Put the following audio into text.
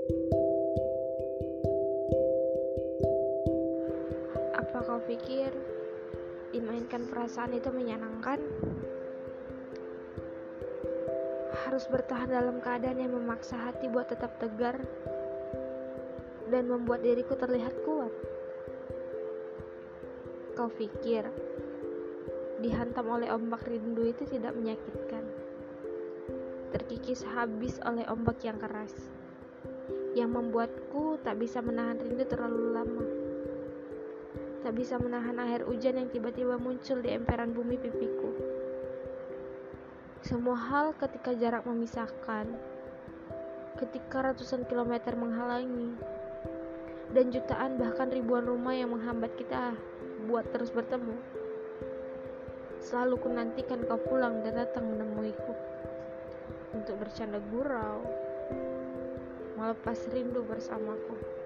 Apa kau pikir dimainkan perasaan itu menyenangkan? Harus bertahan dalam keadaan yang memaksa hati buat tetap tegar dan membuat diriku terlihat kuat. Kau pikir dihantam oleh ombak rindu itu tidak menyakitkan? Terkikis habis oleh ombak yang keras, yang membuatku tak bisa menahan rindu terlalu lama. Tak bisa menahan air hujan yang tiba-tiba muncul di emperan bumi pipiku. Semua hal ketika jarak memisahkan, ketika ratusan kilometer menghalangi, dan jutaan bahkan ribuan rumah yang menghambat kita buat terus bertemu. Selalu ku nantikan kau pulang dan datang menemuiku untuk bercanda gurau, melepas rindu bersamaku.